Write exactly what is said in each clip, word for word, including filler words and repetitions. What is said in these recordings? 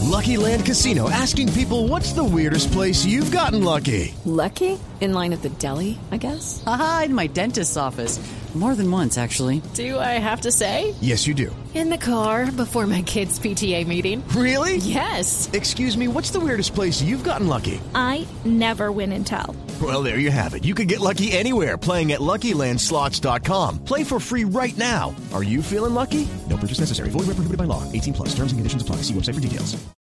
Lucky Land Casino, asking people, what's the weirdest place you've gotten lucky? Lucky? In line at the deli, I guess? Aha, in my dentist's office. More than once, actually. Do I have to say? Yes, you do. In the car before my kids' P T A meeting. Really? Yes. Excuse me, what's the weirdest place you've gotten lucky? I never win and tell. Well, there you have it. You can get lucky anywhere, playing at Lucky Land Slots dot com. Play for free right now. Are you feeling lucky? No purchase necessary. Void where prohibited by law. eighteen plus. Terms and conditions apply. See website for details.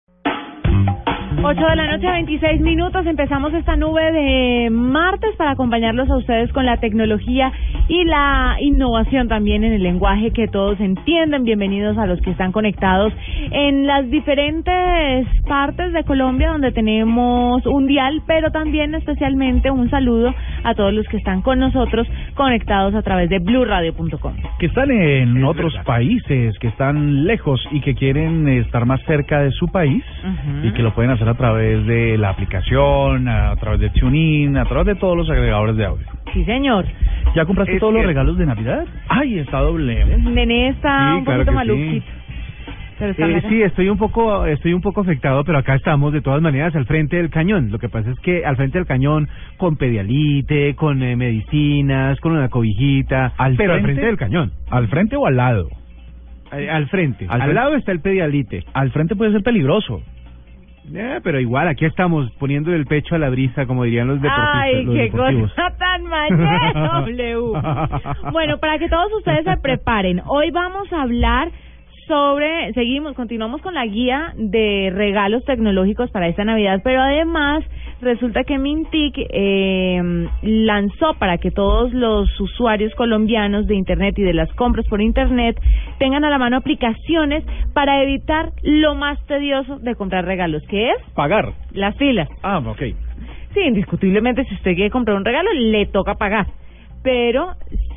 ocho de la noche, veintiséis minutos. Empezamos esta nube de martes para acompañarlos a ustedes con la tecnología y la innovación también en el lenguaje que todos entienden. Bienvenidos a los que están conectados en las diferentes partes de Colombia donde tenemos un dial, pero también especialmente un saludo a todos los que están con nosotros conectados a través de blue radio punto com. Que están en otros países, que están lejos y que quieren estar más cerca de su país, uh-huh. y que lo pueden hacer a través de la aplicación, a través de TuneIn, a través de todos los agregadores de audio. Sí, señor. ¿Ya compraste es todos que... los regalos de Navidad? Ay, está doble. Nené está sí, un claro poquito maluquito. Sí. Eh, sí, estoy un poco estoy un poco afectado, pero acá estamos de todas maneras al frente del cañón. Lo que pasa es que al frente del cañón, con Pedialite, con eh, medicinas, con una cobijita, al pero frente, al frente del cañón. ¿Al frente o al lado? Eh, al frente. Al, al frente. lado está el Pedialite. Al frente puede ser peligroso. Eh, pero igual, aquí estamos poniendo el pecho a la brisa, como dirían los deportistas. ¡Ay, los qué deportivos. cosa tan mañana, W! Bueno, para que todos ustedes se preparen, hoy vamos a hablar sobre, seguimos, continuamos con la guía de regalos tecnológicos para esta Navidad, pero además resulta que Mintic eh, lanzó para que todos los usuarios colombianos de Internet y de las compras por Internet tengan a la mano aplicaciones para evitar lo más tedioso de comprar regalos, que es pagar las filas. Ah, ok. Sí, indiscutiblemente, si usted quiere comprar un regalo, le toca pagar. Pero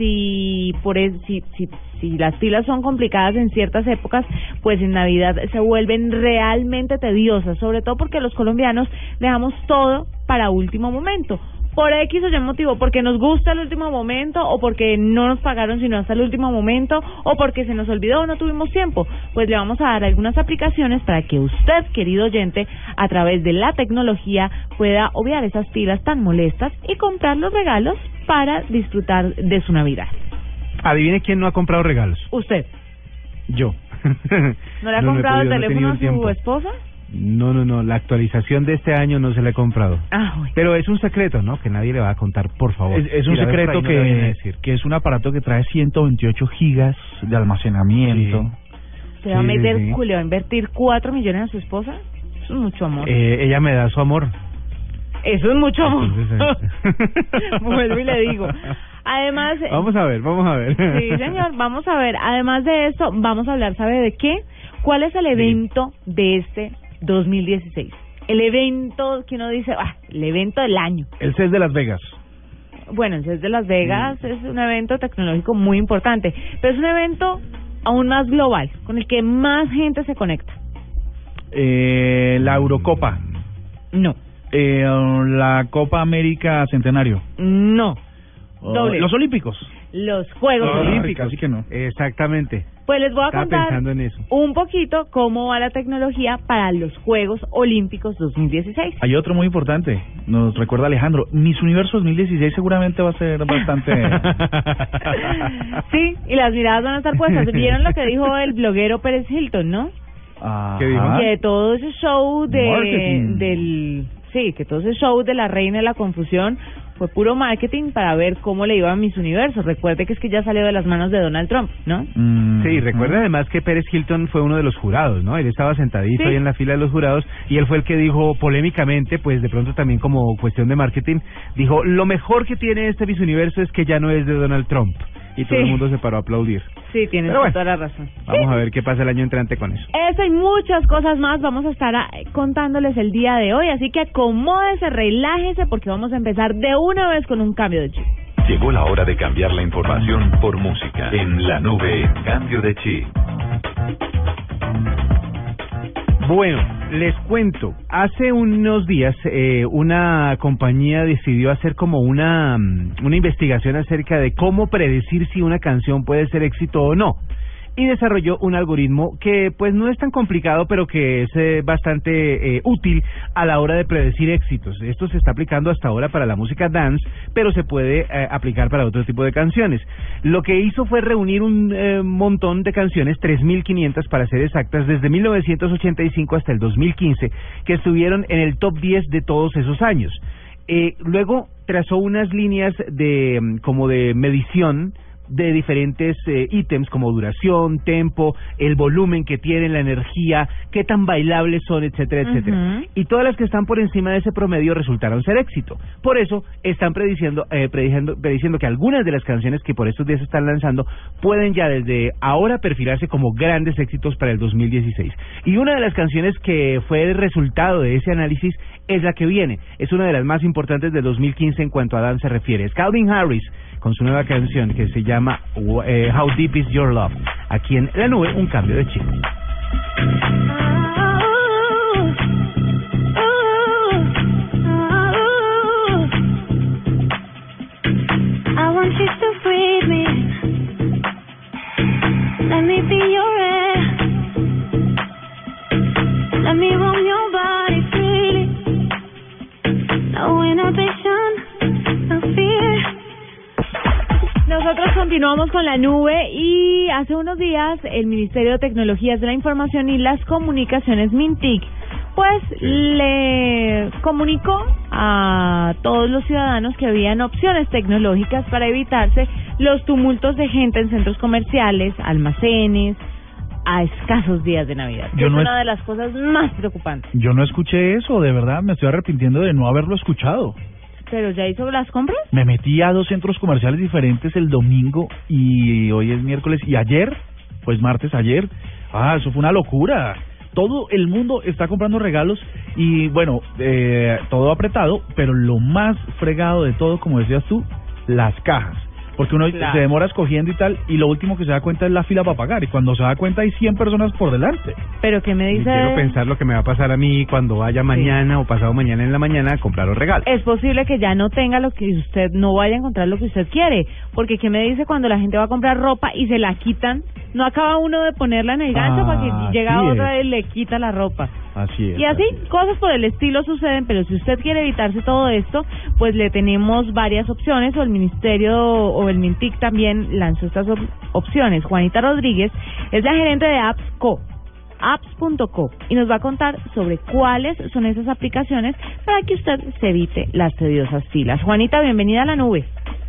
si por es, si, si si las filas son complicadas en ciertas épocas, pues en Navidad se vuelven realmente tediosas, sobre todo porque los colombianos dejamos todo para último momento. Por X o Y motivo, porque nos gusta el último momento, o porque no nos pagaron sino hasta el último momento, o porque se nos olvidó o no tuvimos tiempo. Pues le vamos a dar algunas aplicaciones para que usted, querido oyente, a través de la tecnología pueda obviar esas filas tan molestas y comprar los regalos para disfrutar de su Navidad. Adivine quién no ha comprado regalos. Usted. Yo. ¿No le ha no comprado podido, el teléfono no a su esposa? No, no, no, la actualización de este año no se la he comprado. Ah, bueno. Pero es un secreto, ¿no? Que nadie le va a contar, por favor. Es, es un secreto que, decir. que es un aparato que trae ciento veintiocho gigas de almacenamiento. Sí. ¿Se va sí, a meter, sí. Julio, va a invertir cuatro millones a su esposa? Eso es mucho amor. Eh, ella me da su amor. Eso es mucho amor. Entonces, vuelvo y le digo. Además... Vamos a ver, vamos a ver. Sí, señor, vamos a ver. Además de esto, vamos a hablar, ¿sabe de qué? ¿Cuál es el evento sí. de este dos mil dieciséis? El evento que uno dice, ah, el evento del año. El C E S de Las Vegas. Bueno, el C E S de Las Vegas mm. es un evento tecnológico muy importante, pero es un evento aún más global, con el que más gente se conecta. Eh, la Eurocopa. No. Eh, la Copa América Centenario. No. Doble. Los Olímpicos. Los Juegos Los Olímpicos. Olímpicos, así que no. Exactamente. Pues les voy a Estaba contar pensando en eso. un poquito cómo va la tecnología para los Juegos Olímpicos dos mil dieciséis. Hay otro muy importante, nos recuerda Alejandro, Miss Universo dos mil dieciséis seguramente va a ser bastante... Sí, y las miradas van a estar puestas. ¿Vieron lo que dijo el bloguero Pérez Hilton, no? Ajá. ¿Qué dijo? Que todo ese show de Marketing. del... Sí, que todo ese show de la reina de la confusión fue puro marketing para ver cómo le iba a Miss Universo. Recuerde que es que ya salió de las manos de Donald Trump, ¿no? Mm, sí, recuerde mm. además que Pérez Hilton fue uno de los jurados, ¿no? Él estaba sentadito sí. ahí en la fila de los jurados y él fue el que dijo polémicamente, pues de pronto también como cuestión de marketing, dijo, lo mejor que tiene este Miss Universo es que ya no es de Donald Trump. Y todo sí. el mundo se paró a aplaudir. Sí, tienes bueno, toda la razón. Vamos sí. a ver qué pasa el año entrante con eso. Eso y muchas cosas más vamos a estar a, contándoles el día de hoy. Así que acomódese, relájese, porque vamos a empezar de una vez con un cambio de chip. Llegó la hora de cambiar la información por música. En la nube, cambio de chip. Bueno, les cuento, hace unos días eh, una compañía decidió hacer como una, una investigación acerca de cómo predecir si una canción puede ser éxito o no. y desarrolló un algoritmo que pues no es tan complicado, pero que es eh, bastante eh, útil a la hora de predecir éxitos. Esto se está aplicando hasta ahora para la música dance, pero se puede eh, aplicar para otro tipo de canciones. Lo que hizo fue reunir un eh, montón de canciones, tres mil quinientas para ser exactas, desde mil novecientos ochenta y cinco hasta el dos mil quince, que estuvieron en el top diez de todos esos años. Eh, luego trazó unas líneas de como de medición de diferentes eh, ítems como duración, tempo, el volumen que tienen, la energía, qué tan bailables son, etcétera, etcétera. Uh-huh. Y todas las que están por encima de ese promedio resultaron ser éxito. Por eso están prediciendo, eh, prediciendo, prediciendo que algunas de las canciones que por estos días se están lanzando pueden ya desde ahora perfilarse como grandes éxitos para el dos mil dieciséis. Y una de las canciones que fue el resultado de ese análisis es la que viene. Es una de las más importantes del dos mil quince en cuanto a dance se refiere. Es Calvin Harris con su nueva canción que se llama eh, How Deep Is Your Love. Aquí en La Nube, un cambio de chip. I want you to breathe me. Let me be your air. Let me roam your body freely. No inhibition, no fear. Nosotros continuamos con La Nube y hace unos días el Ministerio de Tecnologías de la Información y las Comunicaciones, MINTIC, pues le comunicó a todos los ciudadanos que habían opciones tecnológicas para evitarse los tumultos de gente en centros comerciales, almacenes, a escasos días de Navidad. Yo es no una es... de las cosas más preocupantes. Yo no escuché eso, de verdad, me estoy arrepintiendo de no haberlo escuchado. ¿Pero ya hizo las compras? Me metí a dos centros comerciales diferentes el domingo y hoy es miércoles y ayer, pues martes ayer, ah, eso fue una locura. Todo el mundo está comprando regalos y bueno, eh, todo apretado, pero lo más fregado de todo, como decías tú, las cajas. Porque uno claro. se demora escogiendo y tal, y lo último que se da cuenta es la fila para pagar, y cuando se da cuenta hay cien personas por delante. ¿Pero qué me dice? Y quiero pensar lo que me va a pasar a mí cuando vaya mañana sí. o pasado mañana en la mañana a comprar los regalos. Es posible que ya no tenga lo que usted, no vaya a encontrar lo que usted quiere, porque ¿qué me dice cuando la gente va a comprar ropa y se la quitan? No acaba uno de ponerla en el gancho ah, porque llega otra y le quita la ropa. Así es. Y así, así es. cosas por el estilo suceden, pero si usted quiere evitarse todo esto, pues le tenemos varias opciones, o el Ministerio o el MINTIC también lanzó estas op- opciones. Juanita Rodríguez es la gerente de Apps punto co, apps punto co, y nos va a contar sobre cuáles son esas aplicaciones para que usted se evite las tediosas filas. Juanita, bienvenida a La Nube.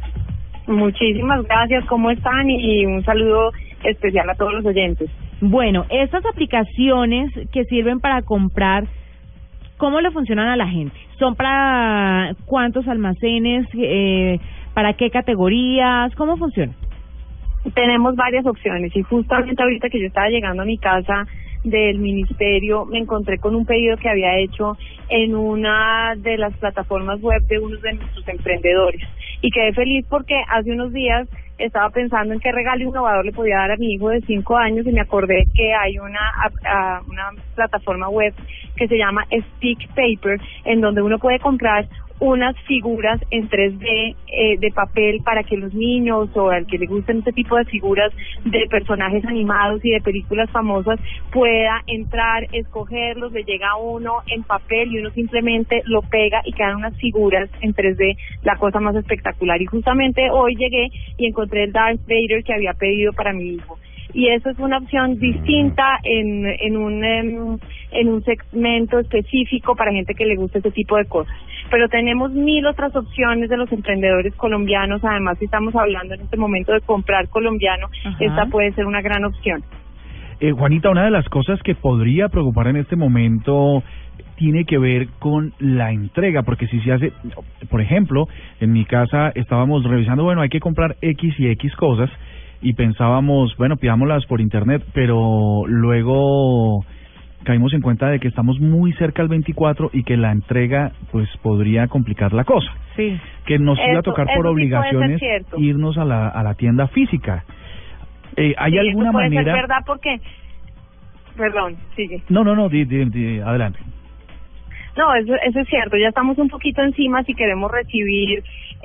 Muchísimas gracias, ¿cómo están? Y un saludo especial a todos los oyentes. Bueno, estas aplicaciones que sirven para comprar, ¿cómo le funcionan a la gente? ¿Son para cuántos almacenes? Eh, ¿Para qué categorías? ¿Cómo funciona? Tenemos varias opciones y justamente ahorita que yo estaba llegando a mi casa del ministerio me encontré con un pedido que había hecho en una de las plataformas web de uno de nuestros emprendedores y quedé feliz porque hace unos días estaba pensando en qué regalo innovador le podía dar a mi hijo de cinco años y me acordé que hay una uh, una plataforma web que se llama Stick Paper, en donde uno puede comprar unas figuras en tres D eh, de papel para que los niños o al que le gusten este tipo de figuras de personajes animados y de películas famosas pueda entrar, escogerlos, le llega a uno en papel y uno simplemente lo pega y quedan unas figuras en tres D, la cosa más espectacular. Y justamente hoy llegué y encontré el Darth Vader que había pedido para mi hijo. Y eso es una opción distinta en en un en, en un segmento específico para gente que le gusta este tipo de cosas. Pero tenemos mil otras opciones de los emprendedores colombianos. Además, si estamos hablando en este momento de comprar colombiano, ajá, esta puede ser una gran opción. Eh, Juanita, una de las cosas que podría preocupar en este momento tiene que ver con la entrega, porque si se hace, por ejemplo, en mi casa estábamos revisando, bueno, hay que comprar X y X cosas, y pensábamos, bueno, pidámoslas por internet, pero luego caímos en cuenta de que estamos muy cerca al veinticuatro y que la entrega pues podría complicar la cosa. Sí. Que nos iba a tocar por obligaciones sí irnos a la a la tienda física. Eh, ¿Hay sí, alguna eso puede manera? ser verdad porque, perdón, sigue. No, no, no, di, di, di, adelante. No, eso, eso es cierto, ya estamos un poquito encima si queremos recibir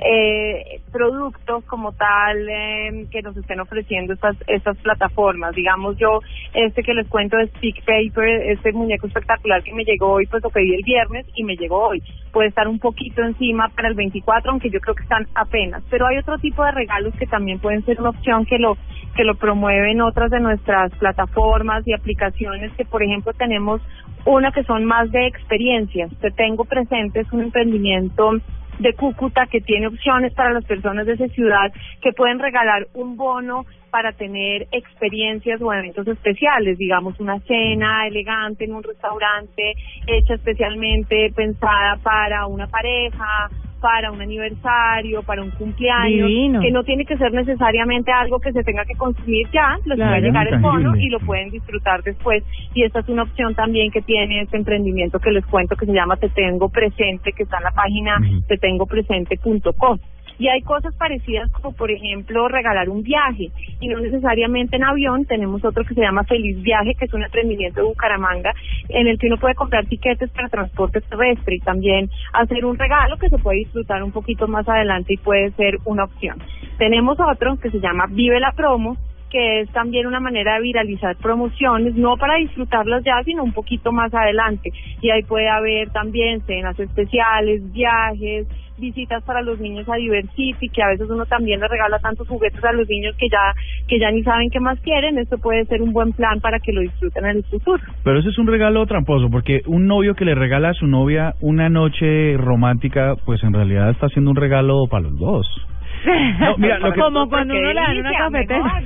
eh, productos como tal eh, que nos estén ofreciendo estas estas plataformas. Digamos, yo este que les cuento de Speak Paper, este muñeco espectacular que me llegó hoy, pues lo pedí el viernes y me llegó hoy. Puede estar un poquito encima para el veinticuatro, aunque yo creo que están apenas. Pero hay otro tipo de regalos que también pueden ser una opción que lo que lo promueven otras de nuestras plataformas y aplicaciones, que por ejemplo tenemos una que son más de experiencias. Te Tengo Presente es un emprendimiento de Cúcuta que tiene opciones para las personas de esa ciudad que pueden regalar un bono para tener experiencias o eventos especiales, digamos una cena elegante en un restaurante hecha especialmente pensada para una pareja, para un aniversario, para un cumpleaños, Divino. Que no tiene que ser necesariamente algo que se tenga que consumir ya, les claro, puede llegar el bono tangible. y lo pueden disfrutar después. Y esta es una opción también que tiene este emprendimiento que les cuento que se llama Te Tengo Presente, que está en la página uh-huh. te tengo presente punto com. Y hay cosas parecidas como, por ejemplo, regalar un viaje, y no necesariamente en avión. Tenemos otro que se llama Feliz Viaje, que es un emprendimiento de Bucaramanga, en el que uno puede comprar tiquetes para transporte terrestre y también hacer un regalo que se puede disfrutar un poquito más adelante y puede ser una opción. Tenemos otro que se llama Vive la Promo, que es también una manera de viralizar promociones, no para disfrutarlas ya, sino un poquito más adelante. Y ahí puede haber también cenas especiales, viajes, visitas para los niños a Diversity, que a veces uno también le regala tantos juguetes a los niños que ya que ya ni saben qué más quieren. Esto puede ser un buen plan para que lo disfruten en el futuro. Pero ese es un regalo tramposo, porque un novio que le regala a su novia una noche romántica, pues en realidad está haciendo un regalo para los dos. No, mira, lo que, como cuando uno le da una cafetera.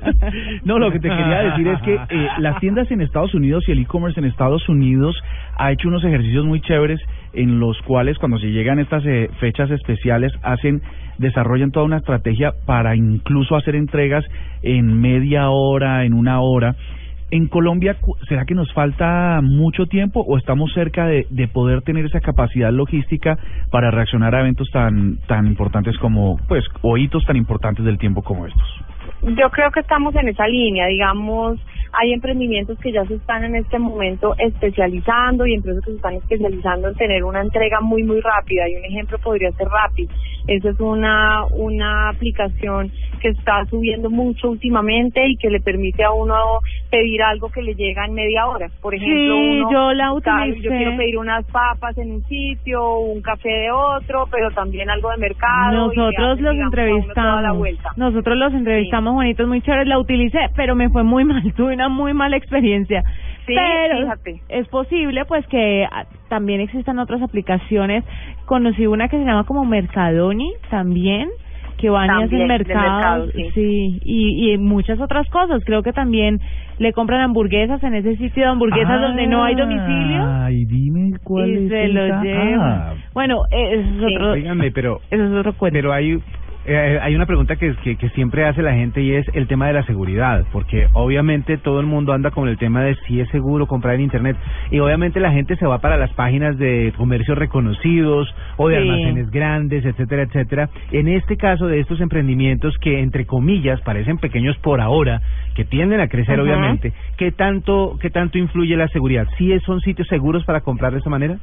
No, lo que te quería decir es que eh, las tiendas en Estados Unidos y el e-commerce en Estados Unidos ha hecho unos ejercicios muy chéveres en los cuales cuando se llegan estas eh, fechas especiales hacen desarrollan toda una estrategia para incluso hacer entregas en media hora, en una hora. En Colombia, ¿será que nos falta mucho tiempo o estamos cerca de, de poder tener esa capacidad logística para reaccionar a eventos tan tan importantes como, pues, o hitos tan importantes del tiempo como estos? Yo creo que estamos en esa línea, digamos, hay emprendimientos que ya se están en este momento especializando y empresas que se están especializando en tener una entrega muy muy rápida, y un ejemplo podría ser Rappi. Esa es una una aplicación que está subiendo mucho últimamente y que le permite a uno pedir algo que le llega en media hora. Por ejemplo, sí, uno, yo la tal, utilicé. yo quiero pedir unas papas en un sitio, un café de otro, pero también algo de mercado. Nosotros y los digamos, entrevistamos, nosotros los entrevistamos, sí. Bonitos, muy chéveres, la utilicé, pero me fue muy mal, tuve una muy mala experiencia. Sí, pero fíjate. Es posible pues que también existan otras aplicaciones. Conocí una que se llama como Mercadoni también, que van y hacen mercados, sí, sí y, y muchas otras cosas. Creo que también le compran hamburguesas en ese sitio de hamburguesas ah, donde no hay domicilio. Ay, dime cuál y es se esa? lo llevan. Ah. Bueno, eso es sí. otro. Óigame, pero eso es otro cuento. Pero hay Eh, hay una pregunta que, que, que siempre hace la gente, y es el tema de la seguridad, porque obviamente todo el mundo anda con el tema de si es seguro comprar en internet, y obviamente la gente se va para las páginas de comercios reconocidos o de sí. almacenes grandes, etcétera, etcétera. En este caso de estos emprendimientos que entre comillas parecen pequeños por ahora, que tienden a crecer, uh-huh. obviamente, ¿qué tanto qué tanto influye la seguridad? ¿Sí son sitios seguros para comprar de esta manera?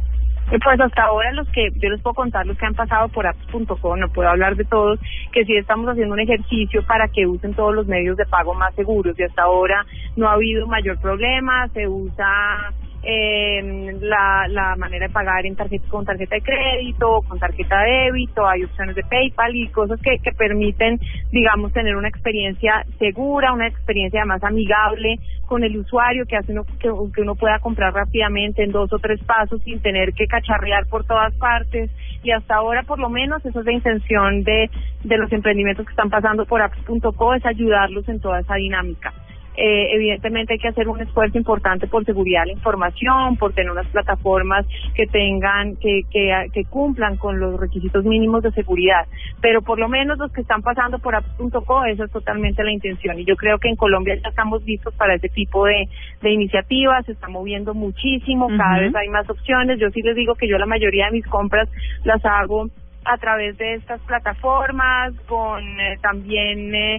Pues hasta ahora los que yo les puedo contar, los que han pasado por apps punto com, no puedo hablar de todos, que sí estamos haciendo un ejercicio para que usen todos los medios de pago más seguros, y hasta ahora no ha habido mayor problema. Se usa eh, la, la manera de pagar en tarjeta, con tarjeta de crédito, con tarjeta de débito, hay opciones de PayPal y cosas que, que permiten, digamos, tener una experiencia segura, una experiencia además amigable con el usuario, que hace uno, que, que uno pueda comprar rápidamente en dos o tres pasos sin tener que cacharrear por todas partes. Y hasta ahora, por lo menos, esa es la intención de, de los emprendimientos que están pasando por apps punto com, es ayudarlos en toda esa dinámica. Eh, evidentemente hay que hacer un esfuerzo importante por seguridad de la información, por tener unas plataformas que tengan, que, que, que cumplan con los requisitos mínimos de seguridad, pero por lo menos los que están pasando por apps punto com, esa es totalmente la intención, y yo creo que en Colombia ya estamos listos para ese tipo de, de iniciativas. Se está moviendo muchísimo, cada uh-huh. vez hay más opciones. Yo sí les digo que yo la mayoría de mis compras las hago a través de estas plataformas, con eh, también eh,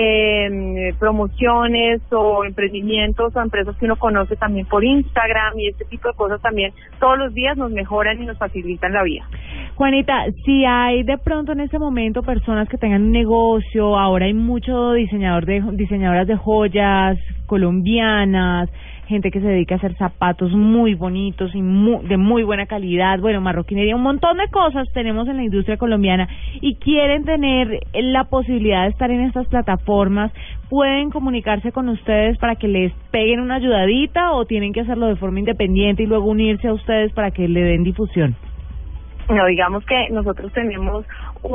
eh, promociones o emprendimientos o empresas que uno conoce también por Instagram, y este tipo de cosas también todos los días nos mejoran y nos facilitan la vida. Juanita, si hay de pronto en este momento personas que tengan un negocio, ahora hay mucho diseñador de diseñadoras de joyas colombianas, gente que se dedica a hacer zapatos muy bonitos y muy, de muy buena calidad, bueno, marroquinería, un montón de cosas tenemos en la industria colombiana y quieren tener la posibilidad de estar en estas plataformas, ¿pueden comunicarse con ustedes para que les peguen una ayudadita o tienen que hacerlo de forma independiente y luego unirse a ustedes para que le den difusión? No, digamos que nosotros tenemos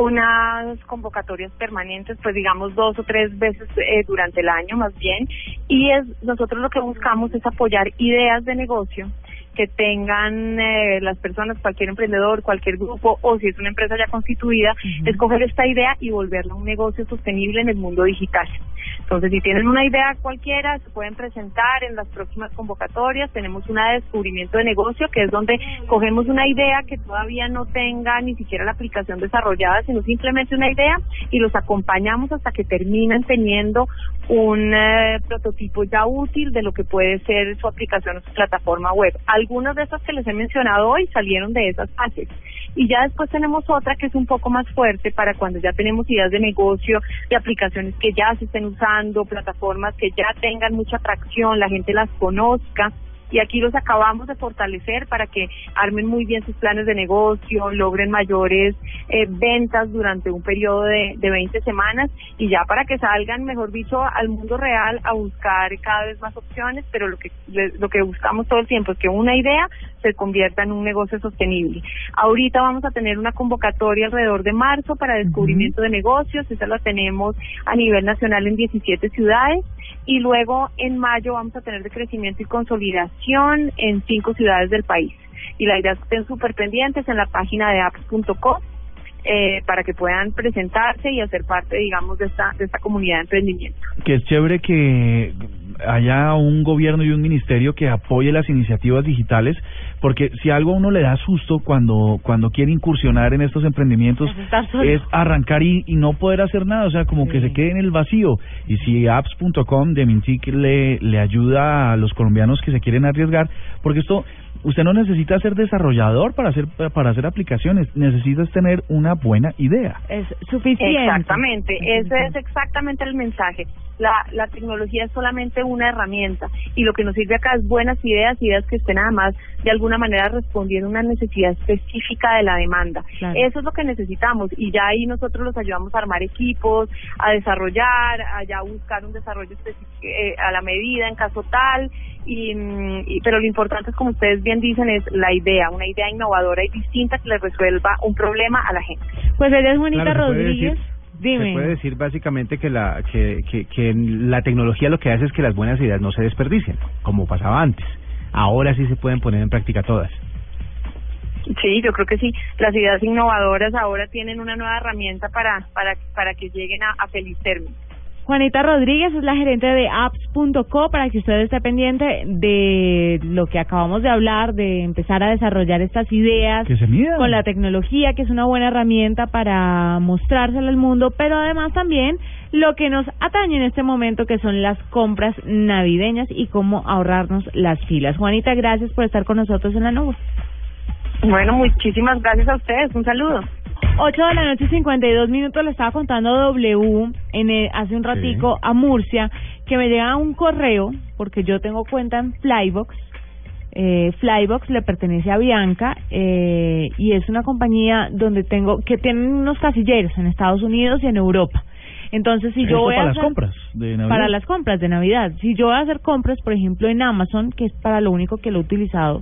unas convocatorias permanentes, pues digamos dos o tres veces eh, durante el año más bien, y es nosotros lo que buscamos es apoyar ideas de negocio que tengan eh, las personas, cualquier emprendedor, cualquier grupo, o si es una empresa ya constituida, uh-huh. escoger esta idea y volverla un negocio sostenible en el mundo digital. Entonces, si tienen una idea cualquiera, se pueden presentar en las próximas convocatorias. Tenemos una de descubrimiento de negocio, que es donde cogemos una idea que todavía no tenga ni siquiera la aplicación desarrollada, sino simplemente una idea, y los acompañamos hasta que terminan teniendo un eh, prototipo ya útil de lo que puede ser su aplicación o su plataforma web. Algunas de esas que les he mencionado hoy salieron de esas fases. Y ya después tenemos otra que es un poco más fuerte para cuando ya tenemos ideas de negocio, de aplicaciones que ya se estén usando, plataformas que ya tengan mucha atracción, la gente las conozca. Y aquí los acabamos de fortalecer para que armen muy bien sus planes de negocio, logren mayores eh, ventas durante un periodo de, de veinte semanas, y ya para que salgan, mejor dicho, al mundo real a buscar cada vez más opciones, pero lo que lo que buscamos todo el tiempo es que una idea se convierta en un negocio sostenible. Ahorita vamos a tener una convocatoria alrededor de marzo para descubrimiento uh-huh. de negocios, esa la tenemos a nivel nacional en diecisiete ciudades, y luego en mayo vamos a tener de crecimiento y consolidación en cinco ciudades del país. Y la idea es que estén súper pendientes en la página de apps punto com eh, para que puedan presentarse y hacer parte, digamos, de esta de esta comunidad de emprendimiento. Que es chévere que haya un gobierno y un ministerio que apoye las iniciativas digitales, porque si algo a uno le da susto cuando cuando quiere incursionar en estos emprendimientos es arrancar y, y no poder hacer nada, o sea, como sí. que se quede en el vacío. Y si apps punto com de Mintic le, le ayuda a los colombianos que se quieren arriesgar, porque esto, usted no necesita ser desarrollador para hacer para hacer aplicaciones, necesitas tener una buena idea. Es suficiente. Exactamente, es ese es exactamente el mensaje. La, la tecnología es solamente una herramienta, y lo que nos sirve acá es buenas ideas, ideas que estén además de alguna manera respondiendo a una necesidad específica de la demanda. Claro. Eso es lo que necesitamos, y ya ahí nosotros los ayudamos a armar equipos, a desarrollar, a ya buscar un desarrollo específico, eh, a la medida en caso tal, y, y pero lo importante es, como ustedes bien dicen, es la idea, una idea innovadora y distinta que le resuelva un problema a la gente. Pues ella es Juanita claro, Rodríguez. Dime. Se puede decir básicamente que la que, que que la tecnología lo que hace es que las buenas ideas no se desperdicien, como pasaba antes. Ahora sí se pueden poner en práctica todas. Sí, yo creo que sí. Las ideas innovadoras ahora tienen una nueva herramienta para para para que lleguen a, a feliz término. Juanita Rodríguez es la gerente de apps punto co, para que usted esté pendiente de lo que acabamos de hablar, de empezar a desarrollar estas ideas con la tecnología, que es una buena herramienta para mostrársela al mundo, pero además también lo que nos atañe en este momento, que son las compras navideñas y cómo ahorrarnos las filas. Juanita, gracias por estar con nosotros en la nube. Bueno, muchísimas gracias a ustedes. Un saludo. ocho de la noche, cincuenta y dos minutos. Le estaba contando W en el, hace un ratico sí. a Murcia, que me llega un correo, porque yo tengo cuenta en Flybox. Eh, Flybox le pertenece a Bianca, eh, y es una compañía donde tengo, que tienen unos casilleros en Estados Unidos y en Europa. Entonces, si yo voy para a hacer, las compras de Navidad. Para las compras de Navidad. Si yo voy a hacer compras, por ejemplo, en Amazon, que es para lo único que lo he utilizado,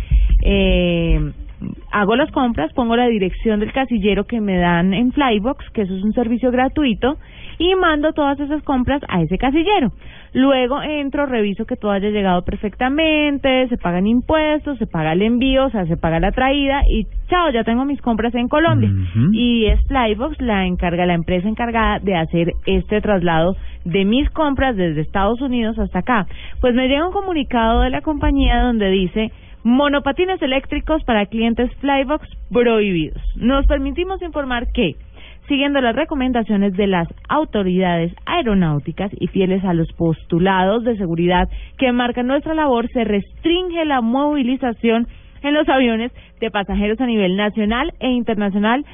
eh... hago las compras, pongo la dirección del casillero que me dan en Flybox, que eso es un servicio gratuito, y mando todas esas compras a ese casillero. Luego entro, reviso que todo haya llegado perfectamente, se pagan impuestos, se paga el envío, o sea, se paga la traída, y chao, ya tengo mis compras en Colombia. Uh-huh. Y es Flybox la encarga, la empresa encargada de hacer este traslado de mis compras desde Estados Unidos hasta acá. Pues me llega un comunicado de la compañía donde dice: Monopatines eléctricos para clientes Flybox prohibidos. Nos permitimos informar que, siguiendo las recomendaciones de las autoridades aeronáuticas y fieles a los postulados de seguridad que marcan nuestra labor, se restringe la movilización en los aviones de pasajeros a nivel nacional e internacional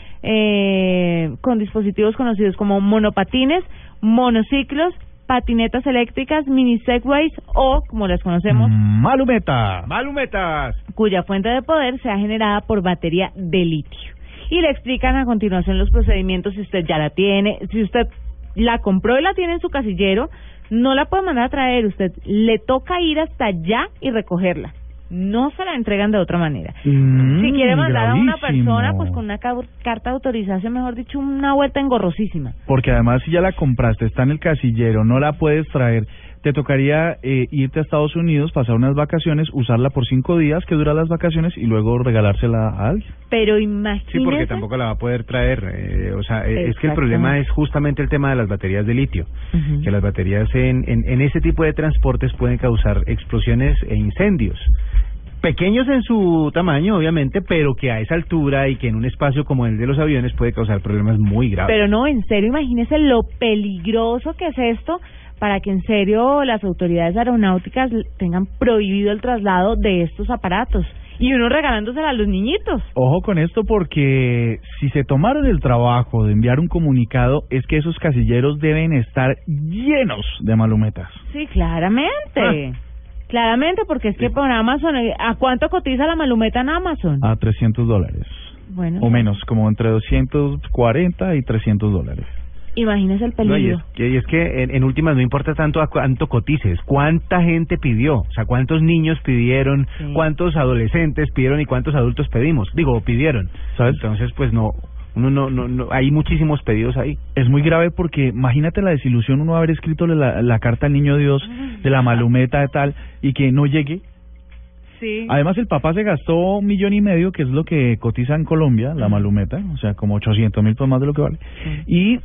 eh, con dispositivos conocidos como monopatines, monociclos, patinetas eléctricas, mini segways o, como las conocemos, Malumeta. Malumetas. cuya fuente de poder sea generada por batería de litio. Y le explican a continuación los procedimientos si usted ya la tiene, si usted la compró y la tiene en su casillero, no la puede mandar a traer, usted le toca ir hasta allá y recogerla. No se la entregan de otra manera. Mm, si quiere mandar gravísimo. a una persona, pues con una ca- carta de autorización, mejor dicho, una vuelta engorrosísima. Porque además si ya la compraste, está en el casillero, no la puedes traer, te tocaría eh, irte a Estados Unidos, pasar unas vacaciones, usarla por cinco días que duran las vacaciones y luego regalársela a alguien. Pero imagínese... Sí, porque tampoco la va a poder traer. Eh, o sea, eh, es que el problema es justamente el tema de las baterías de litio. Uh-huh. Que las baterías en, en, en ese tipo de transportes pueden causar explosiones e incendios. Pequeños en su tamaño, obviamente, pero que a esa altura y que en un espacio como el de los aviones puede causar problemas muy graves. Pero no, en serio, imagínese lo peligroso que es esto para que en serio las autoridades aeronáuticas tengan prohibido el traslado de estos aparatos y uno regalándosela a los niñitos. Ojo con esto porque si se tomaron el trabajo de enviar un comunicado es que esos casilleros deben estar llenos de malumetas. Sí, claramente. Ah. Claramente, porque es que por Amazon, ¿a cuánto cotiza la malumeta en Amazon? A trescientos dólares. Bueno. O menos, como entre doscientos cuarenta y trescientos dólares. Imagínese el peligro. No, y, es que, y es que en, en últimas no importa tanto a cuánto cotices, cuánta gente pidió, o sea, cuántos niños pidieron, sí. cuántos adolescentes pidieron y cuántos adultos pedimos, digo, pidieron, ¿sabes? Entonces, pues no... Uno no, no, no, hay muchísimos pedidos ahí. Es muy grave porque imagínate la desilusión, uno haber escrito la, la carta al niño Dios de la malumeta de tal y que no llegue. Sí. Además el papá se gastó un millón y medio, que es lo que cotiza en Colombia la malumeta, o sea, como ochocientos mil, pues más de lo que vale. Sí. Y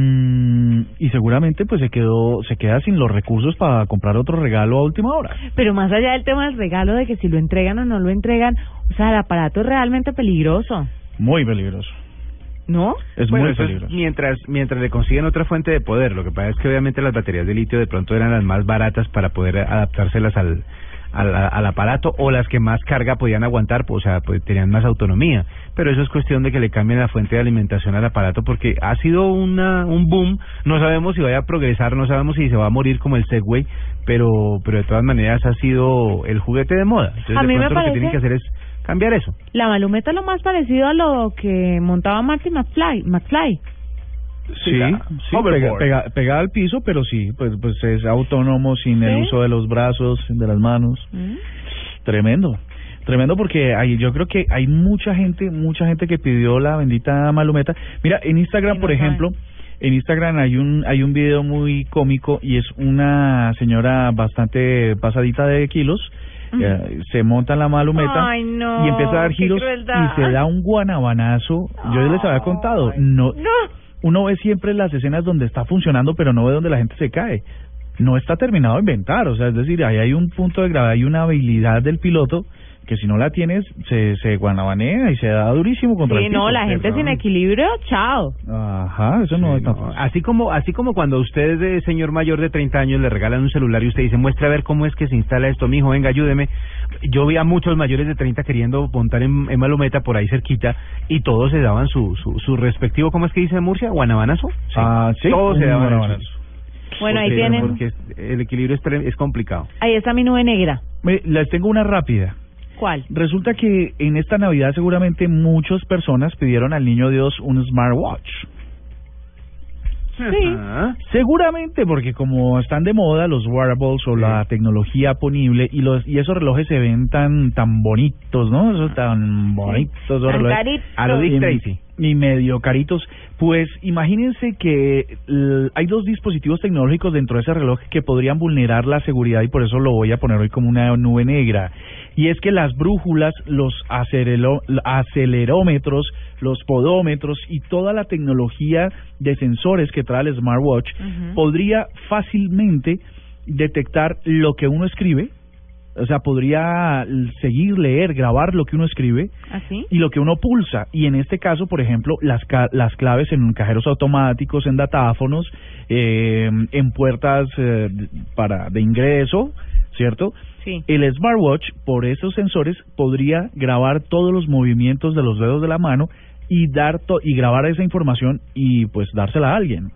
mmm, y seguramente pues se quedó se queda sin los recursos para comprar otro regalo a última hora. Pero más allá del tema del regalo, de que si lo entregan o no lo entregan, o sea, el aparato es realmente peligroso. Muy peligroso. ¿No? Es bueno, muy eso peligroso. Es mientras mientras le consiguen otra fuente de poder. Lo que pasa es que obviamente las baterías de litio de pronto eran las más baratas para poder adaptárselas al al, al aparato, o las que más carga podían aguantar, o sea, pues tenían más autonomía. Pero eso es cuestión de que le cambien la fuente de alimentación al aparato, porque ha sido una un boom. No sabemos si vaya a progresar, no sabemos si se va a morir como el Segway, pero pero de todas maneras ha sido el juguete de moda. Entonces, a de mí pronto me lo parece... que tienen que hacer es cambiar eso. La malumeta es lo más parecido a lo que montaba Marty McFly. McFly. Sí, sí, pega, pega, pegada al piso, pero sí, pues pues es autónomo sin ¿sí? el uso de los brazos, de las manos. ¿Mm? Tremendo. Tremendo porque hay, yo creo que hay mucha gente, mucha gente que pidió la bendita malumeta. Mira, en Instagram, sí, por no ejemplo, saben. en Instagram hay un hay un video muy cómico y es una señora bastante pasadita de kilos. Uh-huh. Se monta en la malumeta. Ay, no, y empieza a dar giros y se da un guanabanazo. Oh, yo les había contado, no, no, uno ve siempre las escenas donde está funcionando, pero no ve donde la gente se cae. No está terminado de inventar, o sea, es decir, ahí hay un punto de gravedad y una habilidad del piloto que si no la tienes, se, se guanabanea y se da durísimo contra sí, el piso. Sí, no, la gente sin equilibrio, chao. Ajá, eso no sí, es tan no. Así como así como cuando usted, de señor mayor de treinta años, le regalan un celular y usted dice, muestra a ver cómo es que se instala esto, mijo, venga, ayúdeme. Yo vi a muchos mayores de treinta queriendo montar en, en malumeta por ahí cerquita y todos se daban su su, su respectivo, ¿cómo es que dice Murcia? ¿Guanabanazo? Sí. Ah, sí. Todos se daban guanabanazo. Bueno, porque, ahí tienen... Porque el equilibrio es, es complicado. Ahí está mi nube negra. Me, les tengo una rápida. ¿Cuál? Resulta que en esta Navidad seguramente muchas personas pidieron al niño Dios un smartwatch. Sí. Ajá. Seguramente porque como están de moda los wearables o sí. la tecnología ponible y los y esos relojes se ven tan tan bonitos, ¿no? Esos tan bonitos, sí. esos tan relojes. A lo Dick Tracy. Y medio caritos. Pues imagínense que l- hay dos dispositivos tecnológicos dentro de ese reloj que podrían vulnerar la seguridad y por eso lo voy a poner hoy como una nube negra. Y es que las brújulas, los acelero- acelerómetros, los podómetros y toda la tecnología de sensores que trae el smartwatch uh-huh. podría fácilmente detectar lo que uno escribe O sea, podría seguir, leer, grabar lo que uno escribe ¿así? Y lo que uno pulsa. Y en este caso, por ejemplo, las ca las claves en cajeros automáticos, en datáfonos, eh, en puertas eh, para de ingreso, ¿cierto? Sí. El smartwatch, por esos sensores, podría grabar todos los movimientos de los dedos de la mano y dar to y grabar esa información y pues dársela a alguien.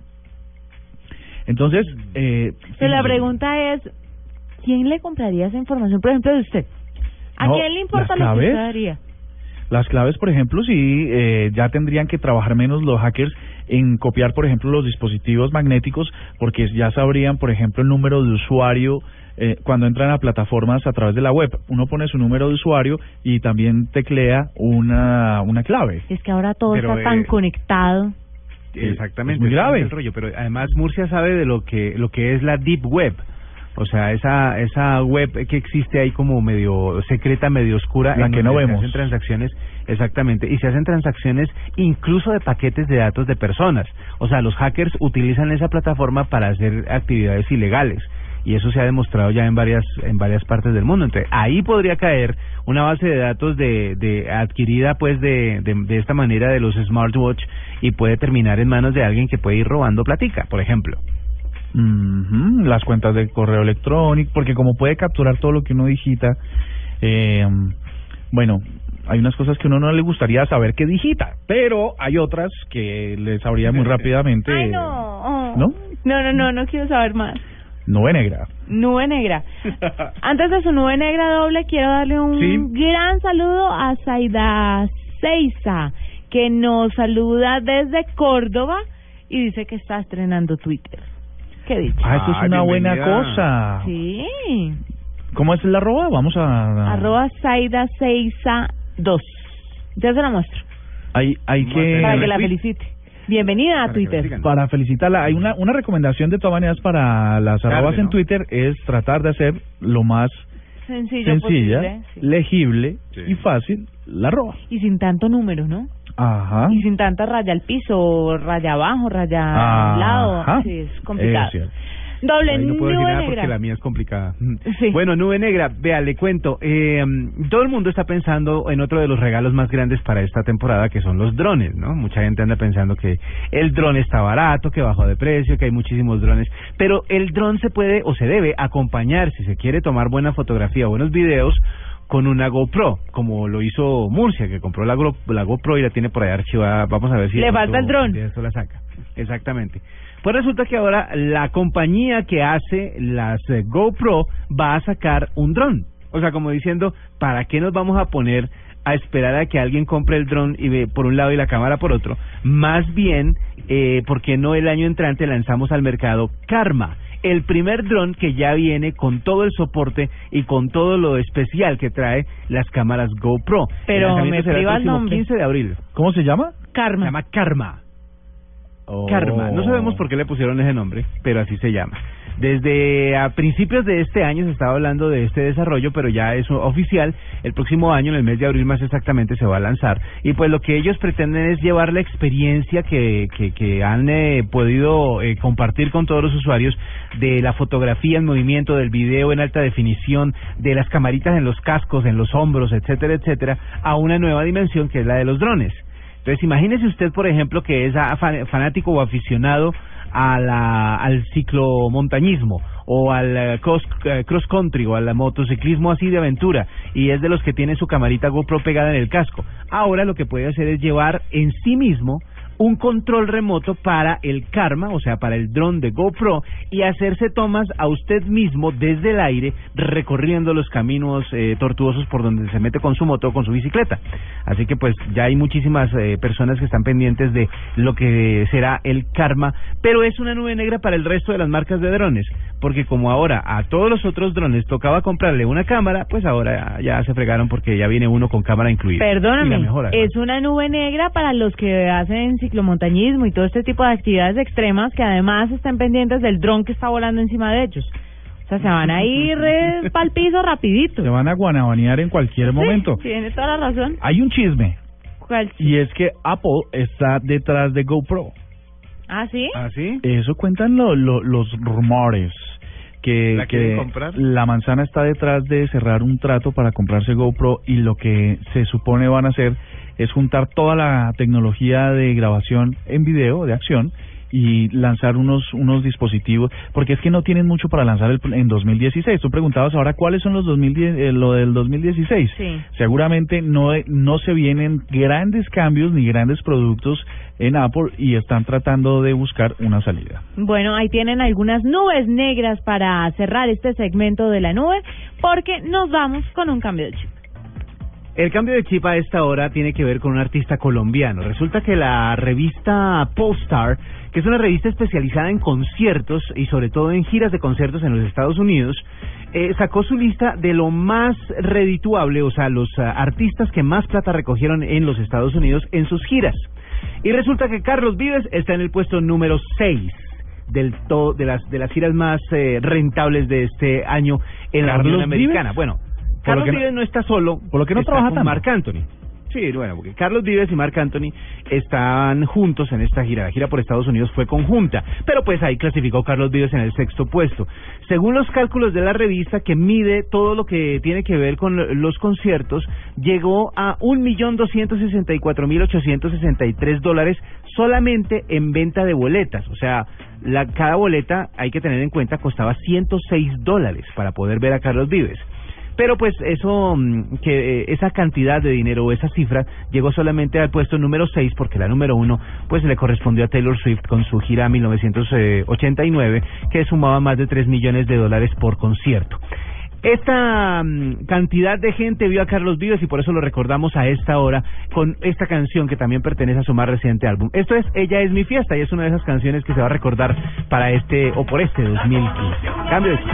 Entonces, eh, Pero la pregunta es, ¿quién le compraría esa información, por ejemplo, de usted? ¿A no, quién le importa las lo que claves, usted haría? Las claves, por ejemplo, sí, eh, ya tendrían que trabajar menos los hackers en copiar, por ejemplo, los dispositivos magnéticos, porque ya sabrían, por ejemplo, el número de usuario eh, cuando entran a plataformas a través de la web. Uno pone su número de usuario y también teclea una, una clave. Es que ahora todo Pero, está tan eh, conectado. Exactamente, es muy ese grave. el rollo, pero además Murcia sabe de lo que lo que es la deep web. O sea, esa esa web que existe ahí como medio secreta, medio oscura, La en que donde no se vemos. hacen transacciones, exactamente, y se hacen transacciones incluso de paquetes de datos de personas. O sea, los hackers utilizan esa plataforma para hacer actividades ilegales. Y eso se ha demostrado ya en varias en varias partes del mundo. Entonces, ahí podría caer una base de datos de, de adquirida pues de, de de esta manera de los smartwatch y puede terminar en manos de alguien que puede ir robando platica, por ejemplo. Uh-huh, las cuentas de correo electrónico, porque como puede capturar todo lo que uno digita, eh, bueno, hay unas cosas que a uno no le gustaría saber que digita, pero hay otras que le sabría muy rápidamente. Ay, no. ¿No? No, no, no, no quiero saber más. Nube negra. Nube negra. Antes de su nube negra doble, quiero darle un Sí. gran saludo a Zaida Seiza, que nos saluda desde Córdoba y dice que está estrenando Twitter. ¿Qué dice? Ah, eso es Ay, una buena bienvenida. cosa. Sí. ¿Cómo es el arroba? Vamos a... a- Arroba Zaida Seiza dos. Ya se la muestro. Hay, hay que... Para que la felicite. Bienvenida a Para que la Twitter. sigan. Para felicitarla, hay una una recomendación de todas maneras para las Tarde, arrobas en ¿no? Twitter, es tratar de hacer lo más Sencillo sencilla, posible, sí. legible Sí. y fácil la arroba. Y sin tanto número, ¿no? Ajá. Y sin tanta raya al piso, raya abajo, raya al lado. Ajá. Sí, es complicado. Es cierto. Doble Ahí no puedo decir nube nada negra. porque la mía es complicada. Sí. Bueno, nube negra, vea, le cuento. Eh, todo el mundo está pensando en otro de los regalos más grandes para esta temporada, que son los drones, ¿no? Mucha gente anda pensando que el dron está barato, que bajó de precio, que hay muchísimos drones. Pero el dron se puede o se debe acompañar, si se quiere tomar buena fotografía o buenos videos, con una GoPro, como lo hizo Murcia, que compró la, Gro la GoPro y la tiene por ahí archivada. Vamos a ver si Le de falta el pronto dron. de esto la saca. Exactamente. Pues resulta que ahora la compañía que hace las eh, GoPro va a sacar un dron. O sea, como diciendo, ¿para qué nos vamos a poner a esperar a que alguien compre el dron y ve por un lado y la cámara por otro? Más bien, eh, ¿por qué no el año entrante lanzamos al mercado Karma? El primer dron que ya viene con todo el soporte y con todo lo especial que trae las cámaras GoPro. Pero El lanzamiento me será el priva el próximo nombre. quince de abril. ¿Cómo se llama? Se Karma. llama Karma. Oh. Karma. No sabemos por qué le pusieron ese nombre, pero así se llama. Desde a principios de este año se estaba hablando de este desarrollo, pero ya es oficial. El próximo año, en el mes de abril más exactamente, se va a lanzar. Y pues lo que ellos pretenden es llevar la experiencia que, que, que han eh, podido eh, compartir con todos los usuarios de la fotografía en movimiento, del video en alta definición, de las camaritas en los cascos, en los hombros, etcétera, etcétera, a una nueva dimensión que es la de los drones. Entonces, imagínese usted, por ejemplo, que es afan- fanático o aficionado a la, al ciclomontañismo o al eh, cross, eh, cross country o al motociclismo así de aventura y es de los que tiene su camarita GoPro pegada en el casco. Ahora lo que puede hacer es llevar en sí mismo un control remoto para el Karma, o sea, para el dron de GoPro, y hacerse tomas a usted mismo desde el aire, recorriendo los caminos eh, tortuosos por donde se mete con su moto o con su bicicleta. Así que pues ya hay muchísimas eh, personas que están pendientes de lo que será el Karma, pero es una nube negra para el resto de las marcas de drones, porque como ahora a todos los otros drones tocaba comprarle una cámara, pues ahora ya, ya se fregaron porque ya viene uno con cámara incluida. Perdóname, Y la mejor, además. es una nube negra para los que hacen ciclomontañismo y todo este tipo de actividades extremas que además están pendientes del dron que está volando encima de ellos. O sea, se van a ir eh, pa'l piso rapidito. Se van a guanabanear en cualquier momento. Sí, tiene toda la razón. Hay un chisme, ¿Cuál? y es que Apple está detrás de GoPro. ¿Ah, sí? ¿Ah, sí? Eso cuentan lo, lo, los rumores. que, ¿La que quieren comprar? la manzana está detrás de cerrar un trato para comprarse GoPro y lo que se supone van a hacer es juntar toda la tecnología de grabación en video, de acción, y lanzar unos unos dispositivos, porque es que no tienen mucho para lanzar el, en dos mil dieciséis. Tú preguntabas ahora cuáles son los dos mil diez, eh, lo del dos mil dieciséis. Sí. Seguramente no no se vienen grandes cambios ni grandes productos en Apple y están tratando de buscar una salida. Bueno, ahí tienen algunas nubes negras para cerrar este segmento de la nube, porque nos vamos con un cambio de chip. El cambio de chip a esta hora tiene que ver con un artista colombiano. Resulta que la revista Popstar, que es una revista especializada en conciertos y sobre todo en giras de conciertos en los Estados Unidos, eh, sacó su lista de lo más redituable, o sea, los uh, artistas que más plata recogieron en los Estados Unidos en sus giras. Y resulta que Carlos Vives está en el puesto número seis del to de las de las giras más eh, rentables de este año en la Unión Americana. Bueno, Carlos que no, Vives no está solo, por lo que no está trabaja con tanto. Marc Anthony. Sí, bueno, porque Carlos Vives y Marc Anthony están juntos en esta gira. La gira por Estados Unidos fue conjunta, pero pues ahí clasificó Carlos Vives en el sexto puesto. Según los cálculos de la revista que mide todo lo que tiene que ver con los conciertos, llegó a un millón doscientos sesenta y cuatro mil ochocientos sesenta y tres dólares solamente en venta de boletas. O sea, la cada boleta, hay que tener en cuenta, costaba ciento seis dólares para poder ver a Carlos Vives. Pero pues eso, que esa cantidad de dinero o esa cifra llegó solamente al puesto número seis, porque la número uno pues le correspondió a Taylor Swift con su gira mil novecientos ochenta y nueve, que sumaba más de tres millones de dólares por concierto. Esta um, cantidad de gente vio a Carlos Vives y por eso lo recordamos a esta hora con esta canción que también pertenece a su más reciente álbum. Esto es Ella es mi fiesta y es una de esas canciones que se va a recordar para este o por este dos mil quince. Cambio de chip.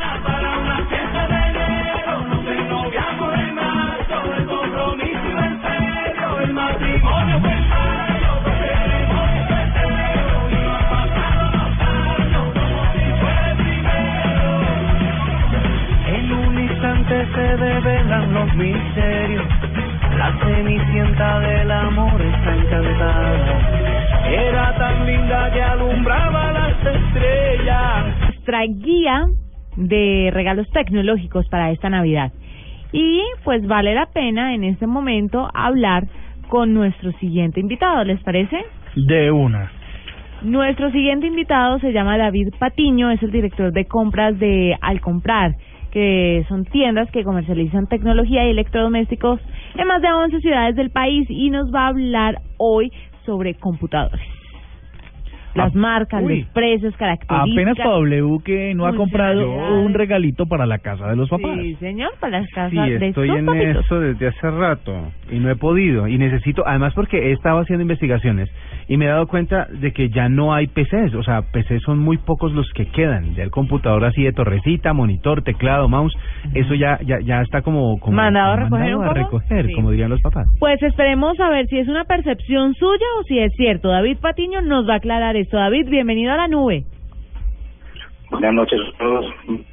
Se develan los misterios, la cenicienta del amor está encantada, era tan linda que alumbraba las estrellas. Nuestra guía de regalos tecnológicos para esta Navidad. Y pues vale la pena en este momento hablar con nuestro siguiente invitado, ¿les parece? De una. Nuestro siguiente invitado se llama David Patiño, es el director de compras de Al Comprar, que son tiendas que comercializan tecnología y electrodomésticos en más de once ciudades del país, y nos va a hablar hoy sobre computadores. Las ah, marcas, uy. los precios, características. Apenas para W que no ha comprado un regalito para la casa de los papás. Sí, señor, para las casas sí, de estoy sus en papitos. eso desde hace rato y no he podido y necesito, además porque he estado haciendo investigaciones y me he dado cuenta de que ya no hay P Cs, o sea, P Cs son muy pocos los que quedan. Ya el computador así de torrecita, monitor, teclado, mouse, uh-huh. eso ya ya ya está como, como mandado a recoger, mandado un a poco? recoger, Sí. como dirían los papás. Pues esperemos a ver si es una percepción suya o si es cierto. David Patiño nos va a aclarar esto. David, bienvenido a la nube. Buenas noches a todos.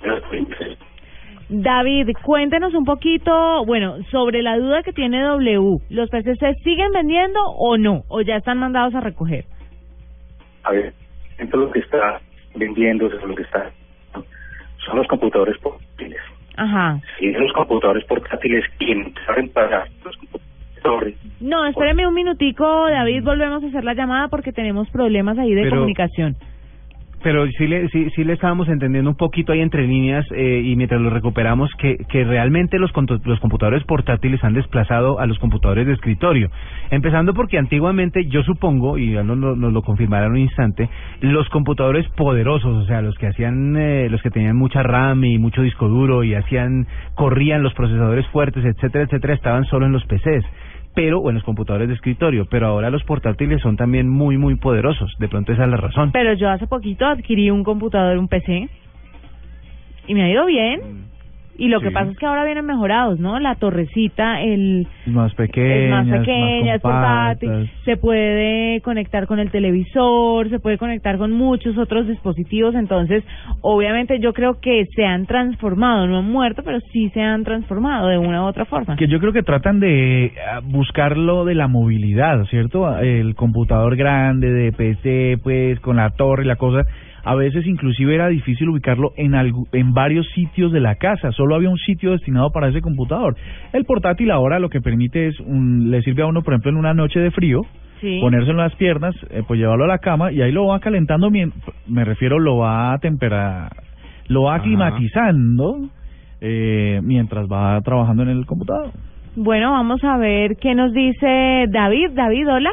David, cuéntenos un poquito, bueno, sobre la duda que tiene W. ¿Los P C se siguen vendiendo o no? ¿O ya están mandados a recoger? A ver, entonces lo que está vendiendo, lo que está, son los computadores portátiles. Ajá. Y los computadores portátiles, quienes saben pagar los computadores. No, espéreme un minutico, David, volvemos a hacer la llamada porque tenemos problemas ahí de Pero... comunicación. Pero sí le, sí, sí le estábamos entendiendo un poquito ahí entre líneas eh, y mientras lo recuperamos que, que realmente los, los computadores portátiles han desplazado a los computadores de escritorio. Empezando porque antiguamente, yo supongo, y ya nos, nos lo confirmarán en un instante, los computadores poderosos, o sea, los que hacían, eh, los que tenían mucha RAM y mucho disco duro y hacían, corrían los procesadores fuertes, etcétera, etcétera, estaban solo en los P Cs. Pero, o en los computadores de escritorio, pero ahora los portátiles son también muy, muy poderosos. De pronto esa es la razón. Pero yo hace poquito adquirí un computador, un P C, y me ha ido bien. Y lo sí. que pasa es que ahora vienen mejorados, ¿no? La torrecita, el más pequeña, es más pequeña, es portátil, compactas. Se puede conectar con el televisor, se puede conectar con muchos otros dispositivos. Entonces, obviamente yo creo que se han transformado, no han muerto, pero sí se han transformado de una u otra forma. Que yo creo que tratan de buscar lo de la movilidad, ¿cierto? El computador grande de P C, pues, con la torre y la cosa. a veces inclusive era difícil ubicarlo en algo, en varios sitios de la casa, solo había un sitio destinado para ese computador. El portátil ahora lo que permite es, un, le sirve a uno, por ejemplo, en una noche de frío, sí, ponerse en las piernas, eh, pues llevarlo a la cama y ahí lo va calentando, me refiero, lo va a temperar, lo va climatizando eh, mientras va trabajando en el computador. Bueno, vamos a ver qué nos dice David. David, hola.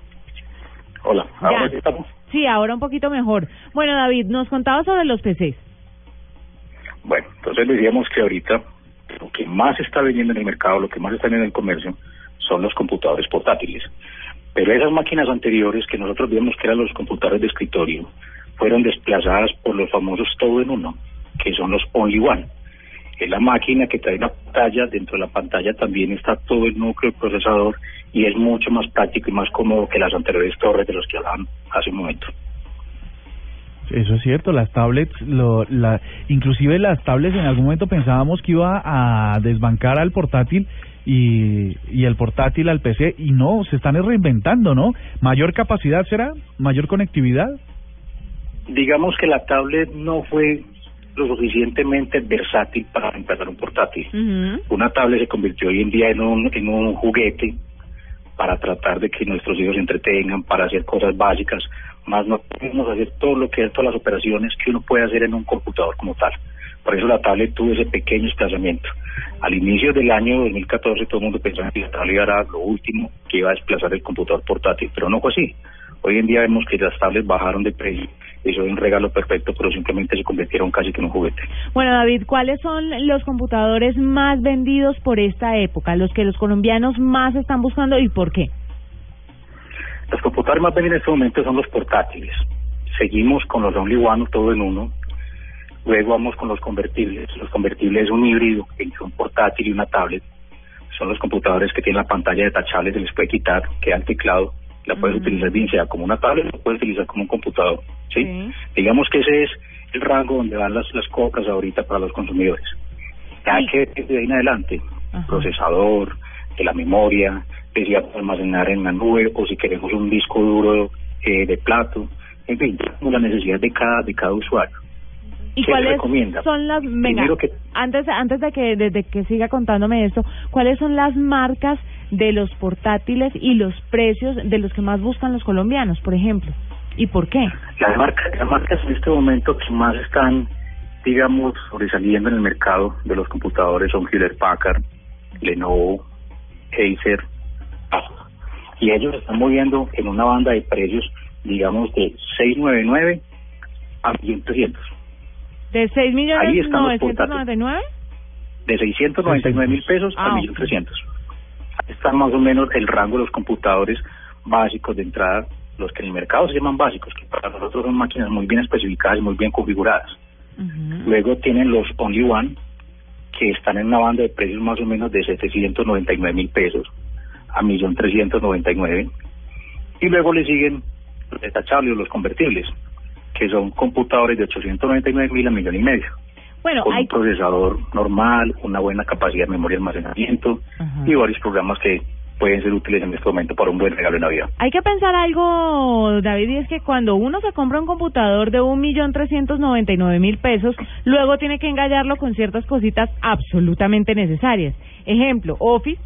Hola, ¿ahora estamos? Sí, ahora un poquito mejor. Bueno, David, nos contaba sobre los P Cs. Bueno, entonces decíamos que ahorita lo que más se está vendiendo en el mercado, lo que más está vendiendo en el comercio, son los computadores portátiles. Pero esas máquinas anteriores que nosotros vimos que eran los computadores de escritorio, fueron desplazadas por los famosos todo en uno, que son los Only One. Es la máquina que trae una pantalla, dentro de la pantalla también está todo el núcleo del procesador y es mucho más práctico y más cómodo que las anteriores torres de los que hablaban hace un momento. Eso es cierto, las tablets, lo, la, inclusive las tablets en algún momento pensábamos que iba a desbancar al portátil y, y el portátil al P C y no, se están reinventando, ¿no? ¿Mayor capacidad será? ¿Mayor conectividad? Digamos que la tablet no fue lo suficientemente versátil para reemplazar un portátil. Uh-huh. Una tablet se convirtió hoy en día en un, en un juguete para tratar de que nuestros hijos se entretengan, para hacer cosas básicas, más no podemos hacer todo lo que es todas las operaciones que uno puede hacer en un computador como tal. Por eso la tablet tuvo ese pequeño desplazamiento. Al inicio del año dos mil catorce todo el mundo pensaba que la tablet era lo último que iba a desplazar el computador portátil, pero no fue así. Hoy en día vemos que las tablets bajaron de precio, eso es un regalo perfecto, pero simplemente se convirtieron casi que en un juguete. Bueno, David, ¿cuáles son los computadores más vendidos por esta época, los que los colombianos más están buscando y por qué? Los computadores más vendidos en este momento son los portátiles. Seguimos con los Only One, todo en uno. Luego vamos con los convertibles. Los convertibles es un híbrido entre un portátil y una tablet. Son los computadores que tienen la pantalla detachable, se les puede quitar, queda el teclado. La puedes uh-huh. utilizar bien sea como una tablet o puedes utilizar como un computador, ¿sí? Uh-huh. Digamos que ese es el rango donde van las, las compras ahorita para los consumidores. Ya que de ahí en adelante, uh-huh. procesador, de la memoria, que si vamos a almacenar en la nube o si queremos un disco duro eh, de plato, en fin, como la necesidad de cada de cada usuario. ¿Y cuáles son las, venga, que, antes antes de que desde que siga contándome esto, cuáles son las marcas de los portátiles y los precios de los que más buscan los colombianos, por ejemplo? ¿Y por qué? Las marcas, las marcas en este momento que más están, digamos, sobresaliendo en el mercado de los computadores son Hewlett Packard, Lenovo, Acer, y ellos están moviendo en una banda de precios, digamos, de seiscientos noventa y nueve a un millón trescientos. ¿De seis millones novecientos noventa y nueve? De seiscientos noventa y nueve mil pesos ah, a un millón trescientos. Está más o menos el rango de los computadores básicos de entrada, los que en el mercado se llaman básicos, que para nosotros son máquinas muy bien especificadas y muy bien configuradas. Uh-huh. Luego tienen los Only One, que están en una banda de precios más o menos de setecientos noventa y nueve mil pesos a un millón trescientos noventa y nueve. Y luego le siguen los detachables o los convertibles, que son computadores de ochocientos noventa y nueve mil a millón y medio. Bueno, con hay... un procesador normal, una buena capacidad de memoria de almacenamiento uh-huh. y varios programas que pueden ser útiles en este momento para un buen regalo de Navidad. Hay que pensar algo, David, y es que cuando uno se compra un computador de un millón trescientos noventa y nueve mil pesos, luego tiene que engallarlo con ciertas cositas absolutamente necesarias. Ejemplo, Office.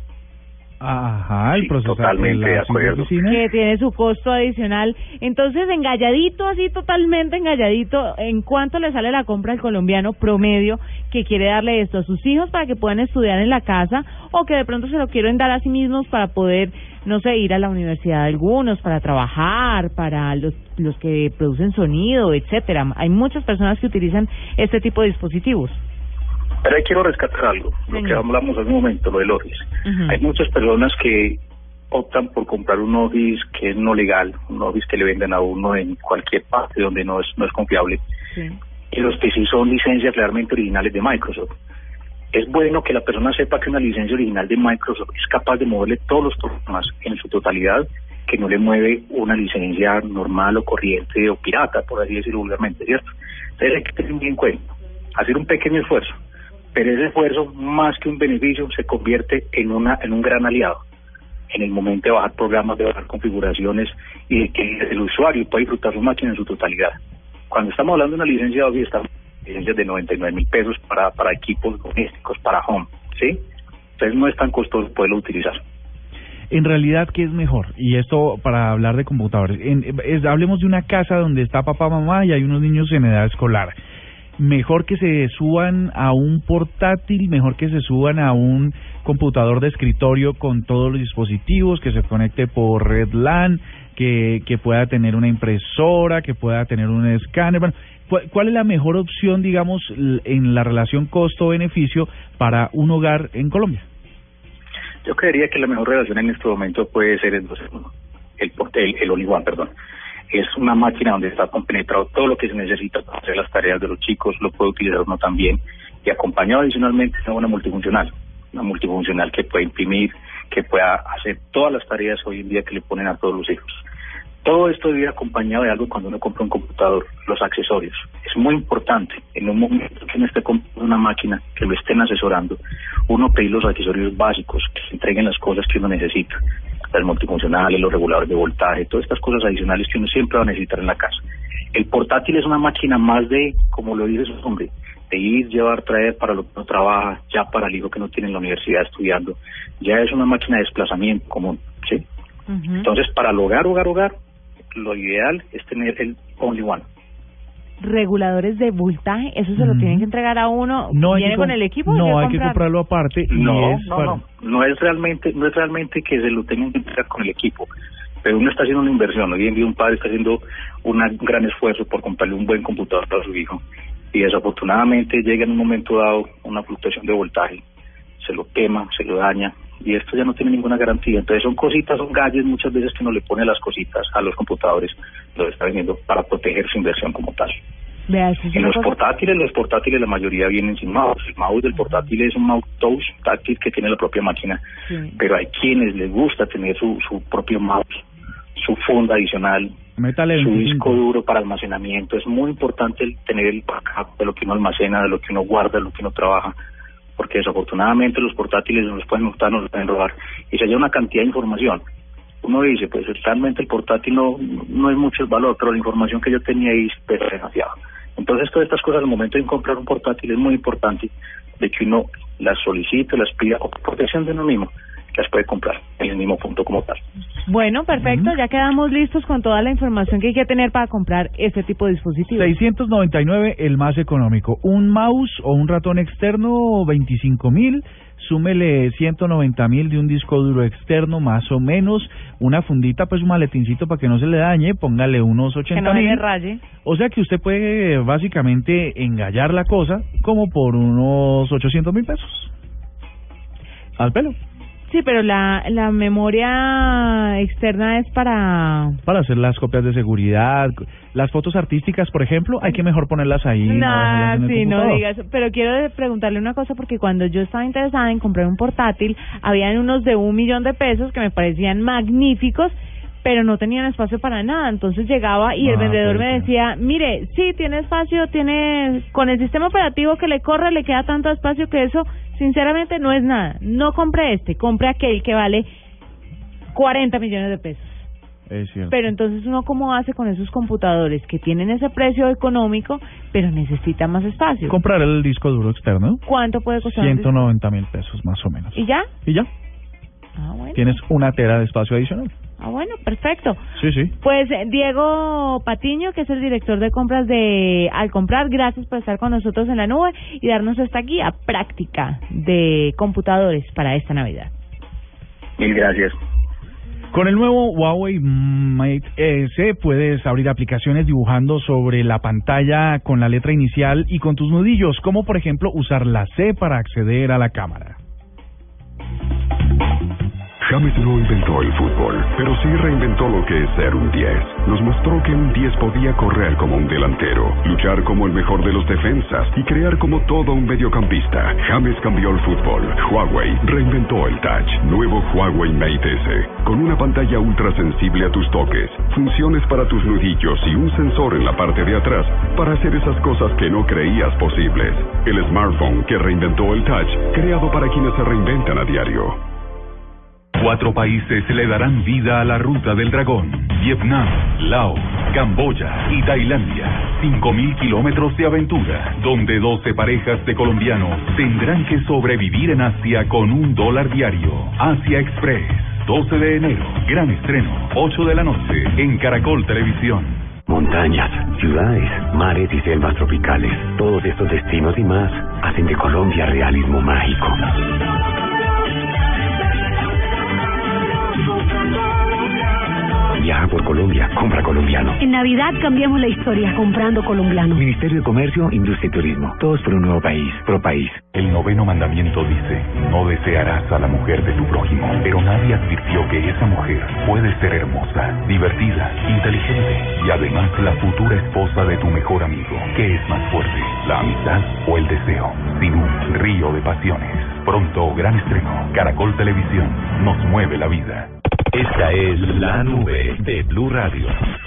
Ajá, el sí, procesador totalmente de acuerdo. Que tiene su costo adicional. Entonces, engalladito, así totalmente engalladito, ¿en cuánto le sale la compra al colombiano promedio que quiere darle esto a sus hijos para que puedan estudiar en la casa o que de pronto se lo quieren dar a sí mismos para poder, no sé, ir a la universidad algunos, para trabajar, para los los que producen sonido, etcétera? Hay muchas personas que utilizan este tipo de dispositivos. Pero ahí quiero rescatar algo, lo Venga. que hablamos hace un momento, lo del Office. Uh-huh. Hay muchas personas que optan por comprar un Office que es no legal, un Office que le venden a uno en cualquier parte donde no es no es confiable. Sí. Y los que sí son licencias realmente originales de Microsoft. Es bueno que la persona sepa que una licencia original de Microsoft es capaz de moverle todos los programas en su totalidad, que no le mueve una licencia normal o corriente o pirata, por así decirlo vulgarmente, ¿cierto? Entonces hay que tener muy en cuenta, hacer un pequeño esfuerzo. Pero ese esfuerzo, más que un beneficio, se convierte en una en un gran aliado en el momento de bajar programas, de bajar configuraciones y de que el usuario pueda disfrutar su máquina en su totalidad. Cuando estamos hablando de una licencia, obvio, estamos licencias de noventa y nueve mil pesos para, para equipos domésticos, para home, ¿sí? Entonces no es tan costoso poderlo utilizar. En realidad, ¿qué es mejor? Y esto para hablar de computadores. En, es, hablemos de una casa donde está papá, mamá y hay unos niños en edad escolar. Mejor que se suban a un portátil, mejor que se suban a un computador de escritorio con todos los dispositivos, que se conecte por red LAN, que, que pueda tener una impresora, que pueda tener un escáner. Bueno, ¿cuál es la mejor opción, digamos, en la relación costo-beneficio para un hogar en Colombia? Yo creería que la mejor relación en este momento puede ser el el, el, el All in One, perdón. Es una máquina donde está compenetrado todo lo que se necesita para hacer las tareas de los chicos, lo puede utilizar uno también, y acompañado adicionalmente de una multifuncional, una multifuncional que puede imprimir, que pueda hacer todas las tareas hoy en día que le ponen a todos los hijos. Todo esto debe ir acompañado de algo cuando uno compra un computador, los accesorios. Es muy importante, en un momento que uno esté comprando una máquina, que lo estén asesorando, uno pedir los accesorios básicos, que se entreguen las cosas que uno necesita, las multifuncionales, los reguladores de voltaje, todas estas cosas adicionales que uno siempre va a necesitar en la casa. El portátil es una máquina más de, como lo dice su nombre, de ir, llevar, traer para lo que uno trabaja, ya para el hijo que no tiene en la universidad estudiando, ya es una máquina de desplazamiento común, ¿sí? Uh-huh. Entonces, para el hogar, hogar, hogar, lo ideal es tener el Only One. Reguladores de voltaje, eso se lo mm. tienen que entregar a uno. No ¿Viene con el equipo? No, hay que, que comprarlo aparte. No, es no, para... no, no es realmente, no es realmente que se lo tengan que entregar con el equipo, pero uno está haciendo una inversión. Hoy en día un padre está haciendo una, un gran esfuerzo por comprarle un buen computador para su hijo, y desafortunadamente llega en un momento dado una fluctuación de voltaje, se lo quema, se lo daña, y esto ya no tiene ninguna garantía. Entonces son cositas, son gadgets muchas veces que uno le pone las cositas a los computadores, lo está vendiendo para proteger su inversión como tal. Vea, eso es en los cosa... portátiles, los portátiles la mayoría vienen sin mouse. El mouse del portátil es un mouse touch táctil que tiene la propia máquina, sí. Pero hay quienes les gusta tener su, su propio mouse, su funda adicional, Métale su veinticinco. Disco duro para almacenamiento. Es muy importante el tener el backup de lo que uno almacena, de lo que uno guarda, de lo que uno trabaja, porque desafortunadamente los portátiles nos los pueden hurtar, nos los pueden robar, y se halla una cantidad de información. Uno dice, pues realmente el portátil no, no es mucho el valor, pero la información que yo tenía ahí pesa demasiado. Entonces todas estas cosas al momento de comprar un portátil es muy importante de que uno las solicite, las pida, o por protección de uno mismo, las puede comprar en el mismo punto como tal. Bueno, perfecto, uh-huh. Ya quedamos listos con toda la información que hay que tener para comprar este tipo de dispositivos. seiscientos noventa y nueve, el más económico. Un mouse o un ratón externo, veinticinco mil. Súmele ciento noventa mil de un disco duro externo, más o menos. Una fundita, pues un maletincito para que no se le dañe. Póngale unos ochenta mil. Que no se raye. O sea que usted puede básicamente engallar la cosa como por unos ochocientos mil pesos. Al pelo. Sí, pero la la memoria externa es para... Para hacer las copias de seguridad. Las fotos artísticas, por ejemplo, hay que mejor ponerlas ahí. Nah, no, sí, no digas. Pero quiero preguntarle una cosa, porque cuando yo estaba interesada en comprar un portátil, habían unos de un millón de pesos que me parecían magníficos, pero no tenían espacio para nada. Entonces llegaba y el ah, vendedor me decía, mire, sí, tiene espacio, tiene... Con el sistema operativo que le corre, le queda tanto espacio que eso... Sinceramente no es nada. No compre este, compre aquel que vale cuarenta millones de pesos. Es cierto. Pero entonces uno cómo hace con esos computadores que tienen ese precio económico, pero necesita más espacio. Comprar el disco duro externo. ¿Cuánto puede costar? ciento noventa mil pesos más o menos. ¿Y ya? ¿Y ya? Ah, bueno. Tienes una tera de espacio adicional. Ah, bueno, perfecto. Sí, sí. Pues Diego Patiño, que es el director de compras de Al Comprar, gracias por estar con nosotros en la nube y darnos esta guía práctica de computadores para esta Navidad. Mil gracias. Con el nuevo Huawei Mate S puedes abrir aplicaciones dibujando sobre la pantalla con la letra inicial y con tus nudillos, como por ejemplo usar la C para acceder a la cámara. James no inventó el fútbol, pero sí reinventó lo que es ser un diez. Nos mostró que un diez podía correr como un delantero, luchar como el mejor de los defensas y crear como todo un mediocampista. James cambió el fútbol. Huawei reinventó el touch. Nuevo Huawei Mate S, con una pantalla ultra sensible a tus toques, funciones para tus nudillos y un sensor en la parte de atrás para hacer esas cosas que no creías posibles. El smartphone que reinventó el touch, creado para quienes se reinventan a diario. Cuatro países le darán vida a la Ruta del Dragón: Vietnam, Laos, Camboya y Tailandia. cinco mil kilómetros de aventura, donde doce parejas de colombianos tendrán que sobrevivir en Asia con un dólar diario. Asia Express, doce de enero, gran estreno, ocho de la noche, en Caracol Televisión. Montañas, ciudades, mares y selvas tropicales. Todos estos destinos y más hacen de Colombia realismo mágico. Viaja por Colombia, compra colombiano. En Navidad cambiamos la historia comprando colombiano. Ministerio de Comercio, Industria y Turismo. Todos por un nuevo país, pro país. El noveno mandamiento dice, no desearás a la mujer de tu prójimo, pero nadie advirtió que esa mujer puede ser hermosa, divertida, inteligente y además la futura esposa de tu mejor amigo. ¿Qué es más fuerte, la amistad o el deseo? Sin un río de pasiones. Pronto, gran estreno. Caracol Televisión. Nos mueve la vida. Esta es La Nube de Blue Radio.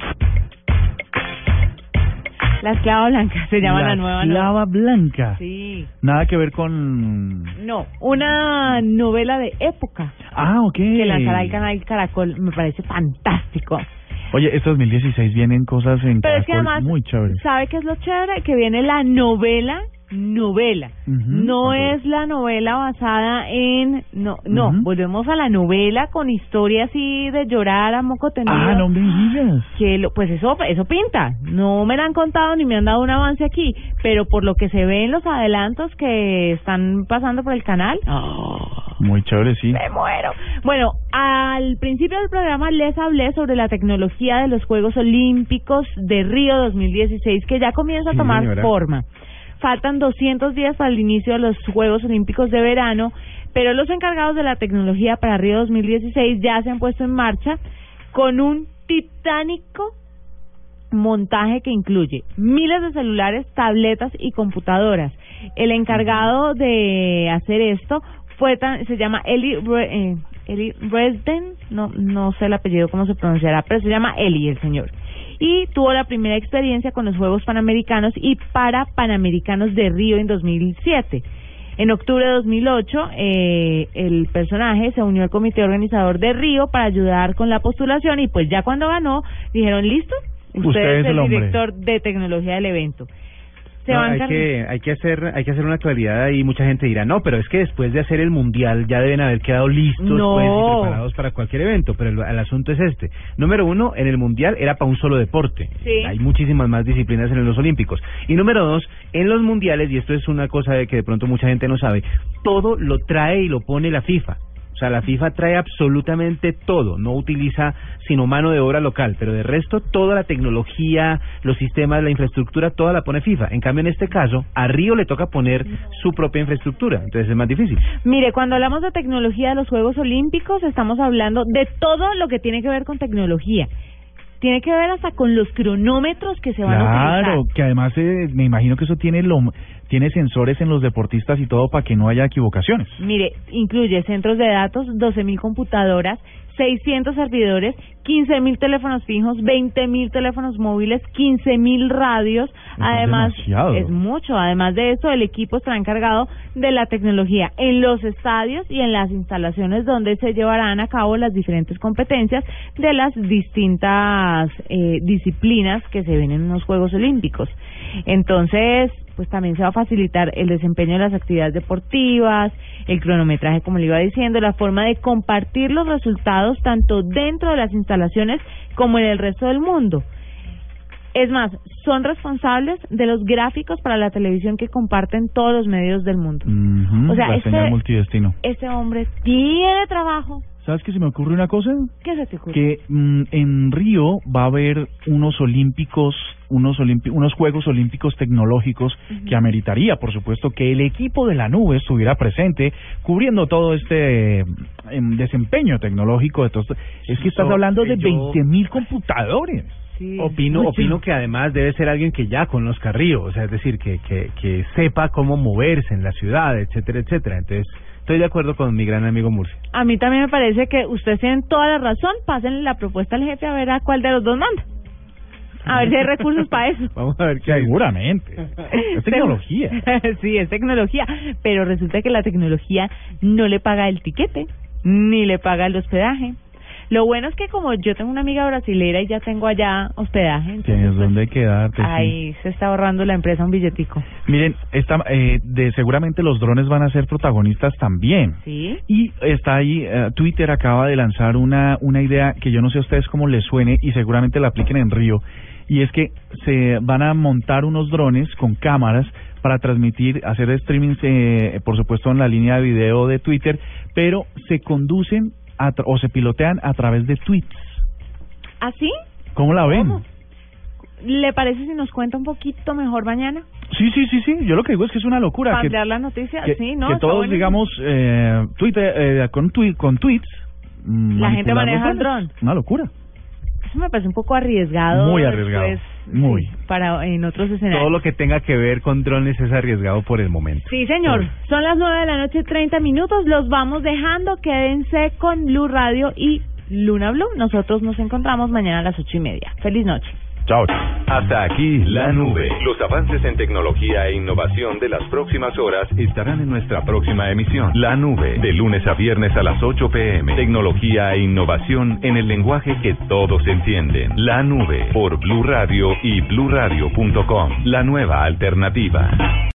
La esclava blanca se llama la, la nueva esclava blanca. Sí. Nada que ver con... No, una novela de época. Ah, ok. Que lanzará el canal Caracol. Me parece fantástico. Oye, este dos mil dieciséis vienen cosas en Pero Caracol es que además, muy chéveres. ¿sabe qué es lo chévere? Que viene la novela novela. Uh-huh. No okay. es la novela basada en... No, no, uh-huh. volvemos a la novela con historias así de llorar a moco tendido. Ah, no me digas. Que lo, pues eso, eso pinta. No me la han contado ni me han dado un avance aquí, pero por lo que se ve en los adelantos que están pasando por el canal... Oh, muy chévere, sí. Me muero. Bueno, al principio del programa les hablé sobre la tecnología de los Juegos Olímpicos de Río dos mil dieciséis, que ya comienza a tomar sí, forma. Faltan doscientos días para el inicio de los Juegos Olímpicos de verano, pero los encargados de la tecnología para Río dos mil dieciséis ya se han puesto en marcha con un titánico montaje que incluye miles de celulares, tabletas y computadoras. El encargado de hacer esto fue tan, se llama Eli eh, Eli Resden, no no sé el apellido cómo se pronunciará, pero se llama Eli el señor. Y tuvo la primera experiencia con los Juegos Panamericanos y para Panamericanos de Río en dos mil siete. En octubre de dos mil ocho, eh, el personaje se unió al comité organizador de Río para ayudar con la postulación y pues ya cuando ganó, dijeron, ¿listo? Usted, Usted es el, el director de tecnología del evento. Se no, van hay que hay que hacer hay que hacer una claridad y mucha gente dirá no, pero es que después de hacer el mundial ya deben haber quedado listos no. pues, y preparados para cualquier evento, pero el, el asunto es este. Número uno, en el mundial era para un solo deporte. Sí. Hay muchísimas más disciplinas en los olímpicos. Y número dos, en los mundiales, y esto es una cosa de que de pronto mucha gente no sabe, todo lo trae y lo pone la FIFA. O sea, la FIFA trae absolutamente todo, no utiliza sino mano de obra local, pero de resto toda la tecnología, los sistemas, la infraestructura, toda la pone FIFA. En cambio, en este caso, a Río le toca poner su propia infraestructura, entonces es más difícil. Mire, cuando hablamos de tecnología de los Juegos Olímpicos, estamos hablando de todo lo que tiene que ver con tecnología. Tiene que ver hasta con los cronómetros que se van claro, a utilizar. Claro, que además eh, me imagino que eso tiene lo tiene sensores en los deportistas y todo para que no haya equivocaciones. Mire, incluye centros de datos, doce mil computadoras, seiscientos servidores, quince mil teléfonos fijos, veinte mil teléfonos móviles, quince mil radios. Eso además, es demasiado. Es mucho. Además de eso, el equipo estará encargado de la tecnología en los estadios y en las instalaciones donde se llevarán a cabo las diferentes competencias de las distintas eh, disciplinas que se ven en los Juegos Olímpicos. Entonces, pues también se va a facilitar el desempeño de las actividades deportivas, el cronometraje, como le iba diciendo, la forma de compartir los resultados tanto dentro de las instalaciones como en el resto del mundo. Es más, son responsables de los gráficos para la televisión que comparten todos los medios del mundo. Uh-huh, o sea, la este, señal multidestino. Este hombre tiene trabajo. ¿Sabes qué se me ocurre una cosa? ¿Qué se te ocurre? Que mm, en Río va a haber unos olímpicos, unos olimpi- unos Juegos Olímpicos tecnológicos uh-huh. que ameritaría, por supuesto, que el equipo de la nube estuviera presente cubriendo todo este eh, desempeño tecnológico de todo. Es que estás so, hablando de yo... veinte mil computadores. Sí, opino opino que además debe ser alguien que ya conozca Río, o sea, es decir, que que que sepa cómo moverse en la ciudad, etcétera, etcétera. Entonces, estoy de acuerdo con mi gran amigo Murcia. A mí también me parece que ustedes tienen toda la razón. Pásenle la propuesta al jefe a ver a cuál de los dos manda. A ver si hay recursos para eso. Vamos a ver qué hay. Seguramente. Es tecnología. Sí, es tecnología. Pero resulta que la tecnología no le paga el tiquete, ni le paga el hospedaje. Lo bueno es que como yo tengo una amiga brasilera y ya tengo allá hospedaje, tienes pues, donde quedarte. ahí sí. se está ahorrando la empresa un billetico. Miren, esta, eh, de seguramente los drones van a ser protagonistas también. Sí. Y está ahí, uh, Twitter acaba de lanzar una, una idea que yo no sé a ustedes cómo les suene y seguramente la apliquen en Río. Y es que se van a montar unos drones con cámaras para transmitir, hacer streaming, eh, por supuesto en la línea de video de Twitter, pero se conducen a tra- o se pilotean a través de tweets. ¿Así? ¿Cómo la ven? ¿Cómo? ¿Le parece si nos cuenta un poquito mejor mañana? Sí, sí, sí, sí. Yo lo que digo es que es una locura. Para que, ampliar la noticia, que, sí, ¿no? que Está todos, bueno. digamos, eh, Twitter, eh, con, twi- con tweets. mm, La gente manipular maneja los el drones. dron. Una locura. Eso me parece un poco arriesgado. Muy arriesgado. Después, Muy. sí, para en otros escenarios. Todo lo que tenga que ver con drones es arriesgado por el momento. Sí, señor. Son las nueve de la noche, treinta minutos. Los vamos dejando. Quédense con Blue Radio y Luna Blue. Nosotros nos encontramos mañana a las ocho y media. Feliz noche. Chao. Hasta aquí la nube. Los avances en tecnología e innovación de las próximas horas estarán en nuestra próxima emisión. La nube, de lunes a viernes a las ocho pm. Tecnología e innovación en el lenguaje que todos entienden. La nube, por Blue Radio y blue radio punto com. La nueva alternativa.